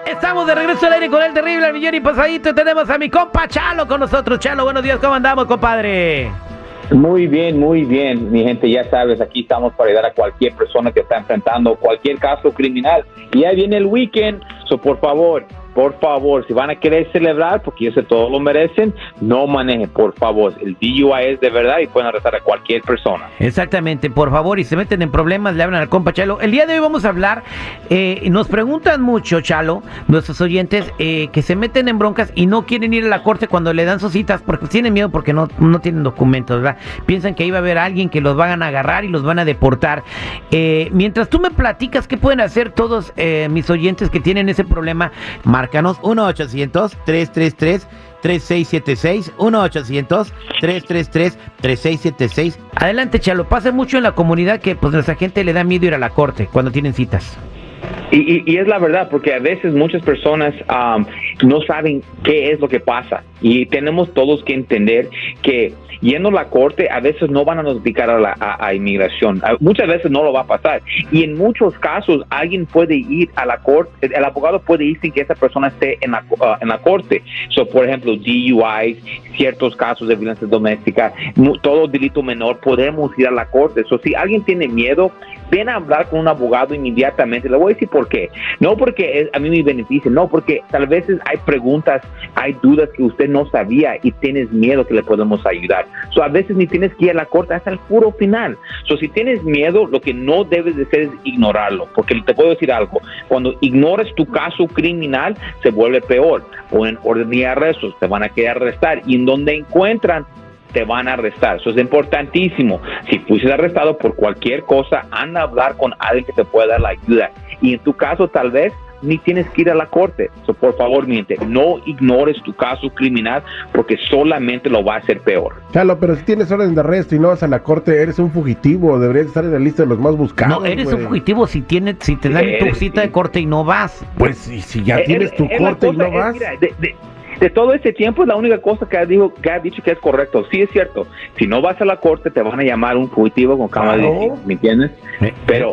Estamos de regreso al aire con el terrible al millón y pasadito. Tenemos a mi compa Chalo con nosotros. Chalo, buenos días, ¿cómo andamos, compadre? Muy bien, mi gente, ya sabes, aquí estamos para ayudar a cualquier persona que está enfrentando cualquier caso criminal. Y ya viene el weekend, por favor, si van a querer celebrar, porque yo sé todos lo merecen, no manejen, por favor. El DUI es de verdad y pueden arrestar a cualquier persona. Exactamente, por favor, y se meten en problemas, le hablan al compa Chalo. El día de hoy vamos a hablar, nos preguntan mucho, Chalo, nuestros oyentes, que se meten en broncas y no quieren ir a la corte cuando le dan sus citas, porque tienen miedo porque no tienen documentos, ¿verdad? Piensan que ahí va a haber alguien que los van a agarrar y los van a deportar. Mientras tú me platicas qué pueden hacer todos mis oyentes que tienen ese problema, márcanos 1-800-333-3676, 1-800-333-3676. Adelante, Chalo, pasa mucho en la comunidad que pues nuestra gente le da miedo ir a la corte cuando tienen citas. Y es la verdad, porque a veces muchas personas no saben qué es lo que pasa, y tenemos todos que entender que yendo a la corte a veces no van a notificar a inmigración, muchas veces no lo va a pasar, y en muchos casos alguien puede ir a la corte, el abogado puede ir sin que esa persona esté en la corte. Por ejemplo, DUIs, ciertos casos de violencia doméstica, todo delito menor, podemos ir a la corte. Si alguien tiene miedo, ven a hablar con un abogado inmediatamente. Le voy a decir por qué. No porque a mí me beneficie, no, porque tal vez hay preguntas, hay dudas que usted no sabía y tienes miedo que le podemos ayudar. A veces ni tienes que ir a la corte hasta el puro final. Si tienes miedo, lo que no debes de hacer es ignorarlo, porque te puedo decir algo: cuando ignoras tu caso criminal, se vuelve peor. Ponen orden de arrestos, te van a querer arrestar, y en donde encuentran, te van a arrestar. Eso es importantísimo. Si fuiste arrestado por cualquier cosa, anda a hablar con alguien que te pueda dar la ayuda. Y en tu caso, tal vez ni tienes que ir a la corte. Por favor, mi gente, no ignores tu caso criminal, porque solamente lo va a hacer peor. Chalo, pero si tienes orden de arresto y no vas a la corte, eres un fugitivo. Deberías estar en la lista de los más buscados. No, eres un fugitivo si te dan tu cita de corte y no vas. Pues si ya tienes tu corte y no vas. Mira, de todo ese tiempo es la única cosa que ha dicho que es correcto. Sí, es cierto. Si no vas a la corte, te van a llamar un fugitivo con cama de... ¿Me entiendes? Pero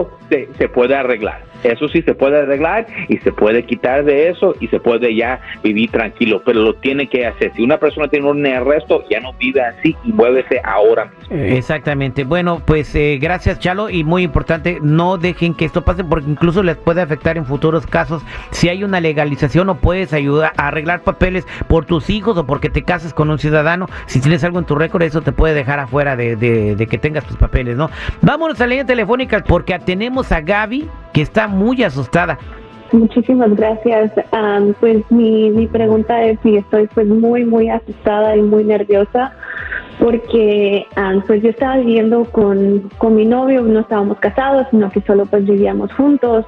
se puede arreglar. Eso sí se puede arreglar y se puede quitar de eso y se puede ya vivir tranquilo, pero lo tiene que hacer. Si una persona tiene un arresto, ya no vive así y muévese ahora mismo. Exactamente. Bueno, pues gracias, Chalo, y muy importante, no dejen que esto pase, porque incluso les puede afectar en futuros casos. Si hay una legalización o puedes ayudar a arreglar papeles por tus hijos o porque te cases con un ciudadano, si tienes algo en tu récord, eso te puede dejar afuera de que tengas tus papeles, ¿no? Vámonos a la línea telefónica porque tenemos a Gaby, que está muy asustada. Muchísimas gracias. Pues mi pregunta es si estoy pues muy asustada y muy nerviosa, porque pues yo estaba viviendo con mi novio, no estábamos casados, sino que solo pues vivíamos juntos,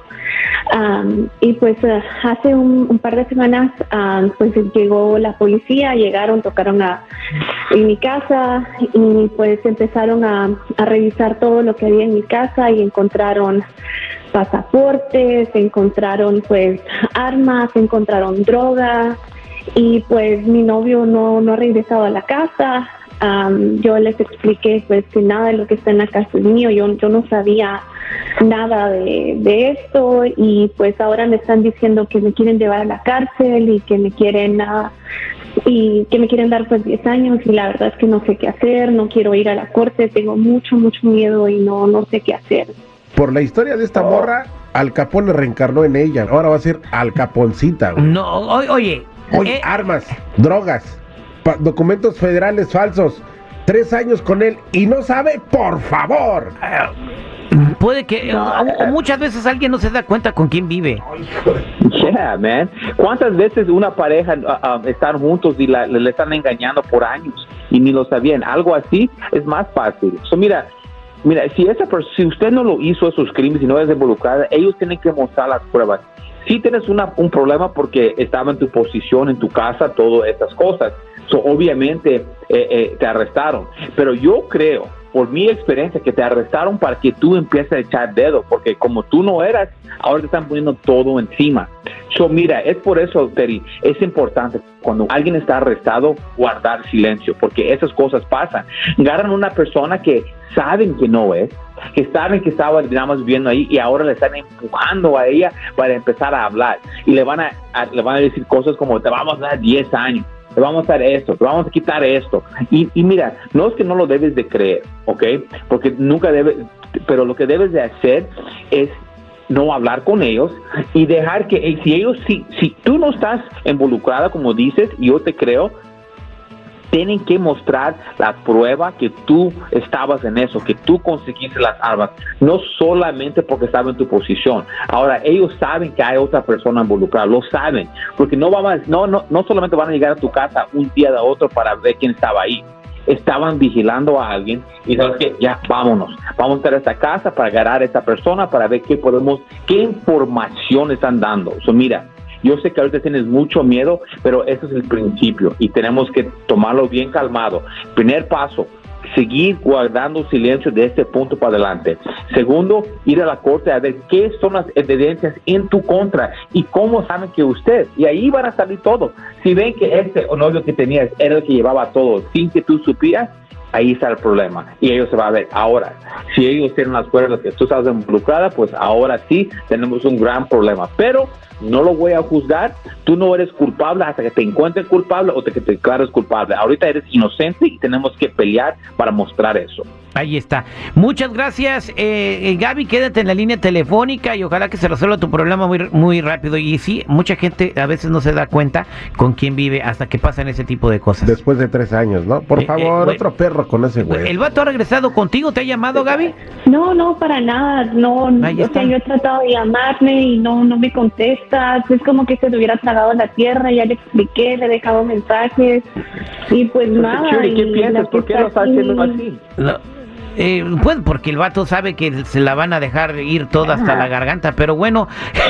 y pues hace un par de semanas pues llegó la policía, tocaron en mi casa, y pues empezaron a revisar todo lo que había en mi casa, y encontraron pasaportes, encontraron pues armas, encontraron droga, y pues mi novio no ha regresado a la casa. Yo les expliqué pues que nada de lo que está en la casa es mío, yo no sabía nada de esto, y pues ahora me están diciendo que me quieren llevar a la cárcel y que me quieren dar pues 10 años, y la verdad es que no sé qué hacer, no quiero ir a la corte, tengo mucho miedo y no sé qué hacer. Por la historia de esta morra, Al Capone reencarnó en ella. Ahora va a ser Al Caponcita, güey. No, oye, armas, drogas, documentos federales falsos, 3 años con él y no sabe, por favor. Puede que muchas veces alguien no se da cuenta con quién vive. Yeah, man. ¿Cuántas veces una pareja están juntos y le están engañando por años y ni lo sabían? Algo así es más fácil. Mira, si usted no lo hizo esos crímenes y no es involucrada, ellos tienen que mostrar las pruebas. Si tienes un problema porque estaba en tu posición, en tu casa, todas estas cosas, obviamente te arrestaron. Pero yo creo, por mi experiencia, que te arrestaron para que tú empieces a echar dedo, porque como tú no eras, ahora te están poniendo todo encima. Mira, es por eso, Terry, es importante cuando alguien está arrestado guardar silencio, porque esas cosas pasan. Agarran una persona que saben que no es, que saben que estaba nada más viviendo ahí y ahora le están empujando a ella para empezar a hablar y le van a decir cosas como te vamos a dar 10 años, te vamos a dar esto, te vamos a quitar esto. Y mira, no es que no lo debes de creer, ¿ok? Porque nunca debes, pero lo que debes de hacer es no hablar con ellos y dejar que si tú no estás involucrada como dices, yo te creo, tienen que mostrar la prueba que tú estabas en eso, que tú conseguiste las armas, no solamente porque estaba en tu posición. Ahora, ellos saben que hay otra persona involucrada, lo saben, porque no solamente van a llegar a tu casa un día de otro para ver quién estaba ahí. Estaban vigilando a alguien y sabes que ya vamos a estar a esta casa para agarrar a esta persona para ver qué información están dando. Mira, yo sé que ahorita tienes mucho miedo, pero ese es el principio y tenemos que tomarlo bien calmado. Primer paso, seguir guardando silencio de este punto para adelante. Segundo, ir a la corte a ver qué son las evidencias en tu contra y cómo saben que usted, y ahí van a salir todo. Si ven que este novio que tenías era el que llevaba todo sin que tú supieras, ahí está el problema y ellos se van a ver. Ahora, si ellos tienen las pruebas que tú estás involucrada, pues ahora sí tenemos un gran problema, pero no lo voy a juzgar. Tú no eres culpable hasta que te encuentres culpable o que te declares culpable. Ahorita eres inocente y tenemos que pelear para mostrar eso. Ahí está. Muchas gracias, Gaby, quédate en la línea telefónica y ojalá que se resuelva tu problema muy, muy rápido. Y sí, mucha gente a veces no se da cuenta con quién vive hasta que pasan ese tipo de cosas. Después de 3 años, ¿no? Por favor, otro perro con ese güey. ¿El vato ha regresado contigo? ¿Te ha llamado, Gaby? No, para nada. No, o sea, yo he tratado de llamarme y no me contesta. Es como que se le hubiera tragado la tierra. Ya le expliqué, le he dejado mensajes y pues nada. Churi, ¿qué piensas? ¿Por qué lo está haciendo así? Pues porque el vato sabe que se la van a dejar ir toda hasta la garganta, pero bueno.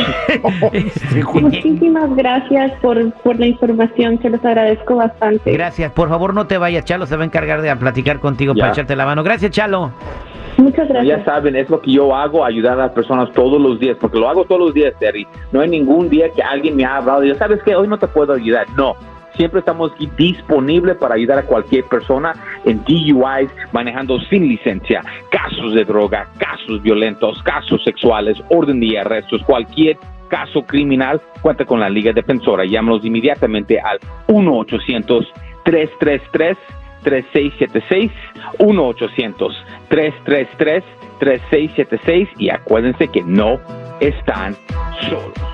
Muchísimas gracias por la información, se los agradezco bastante. Gracias, por favor no te vayas, Chalo se va a encargar de platicar contigo para echarte la mano. Gracias, Chalo. Muchas gracias. Ya saben, es lo que yo hago, ayudar a las personas todos los días, porque lo hago todos los días, Terry. No hay ningún día que alguien me ha hablado y yo, ¿sabes qué? Hoy no te puedo ayudar. No. Siempre estamos aquí disponibles para ayudar a cualquier persona en DUIs, manejando sin licencia, casos de droga, casos violentos, casos sexuales, orden de arrestos, cualquier caso criminal. Cuenta con la Liga Defensora. Llámanos inmediatamente al 1-800-333-3676, 1-800-333-3676 y acuérdense que no están solos.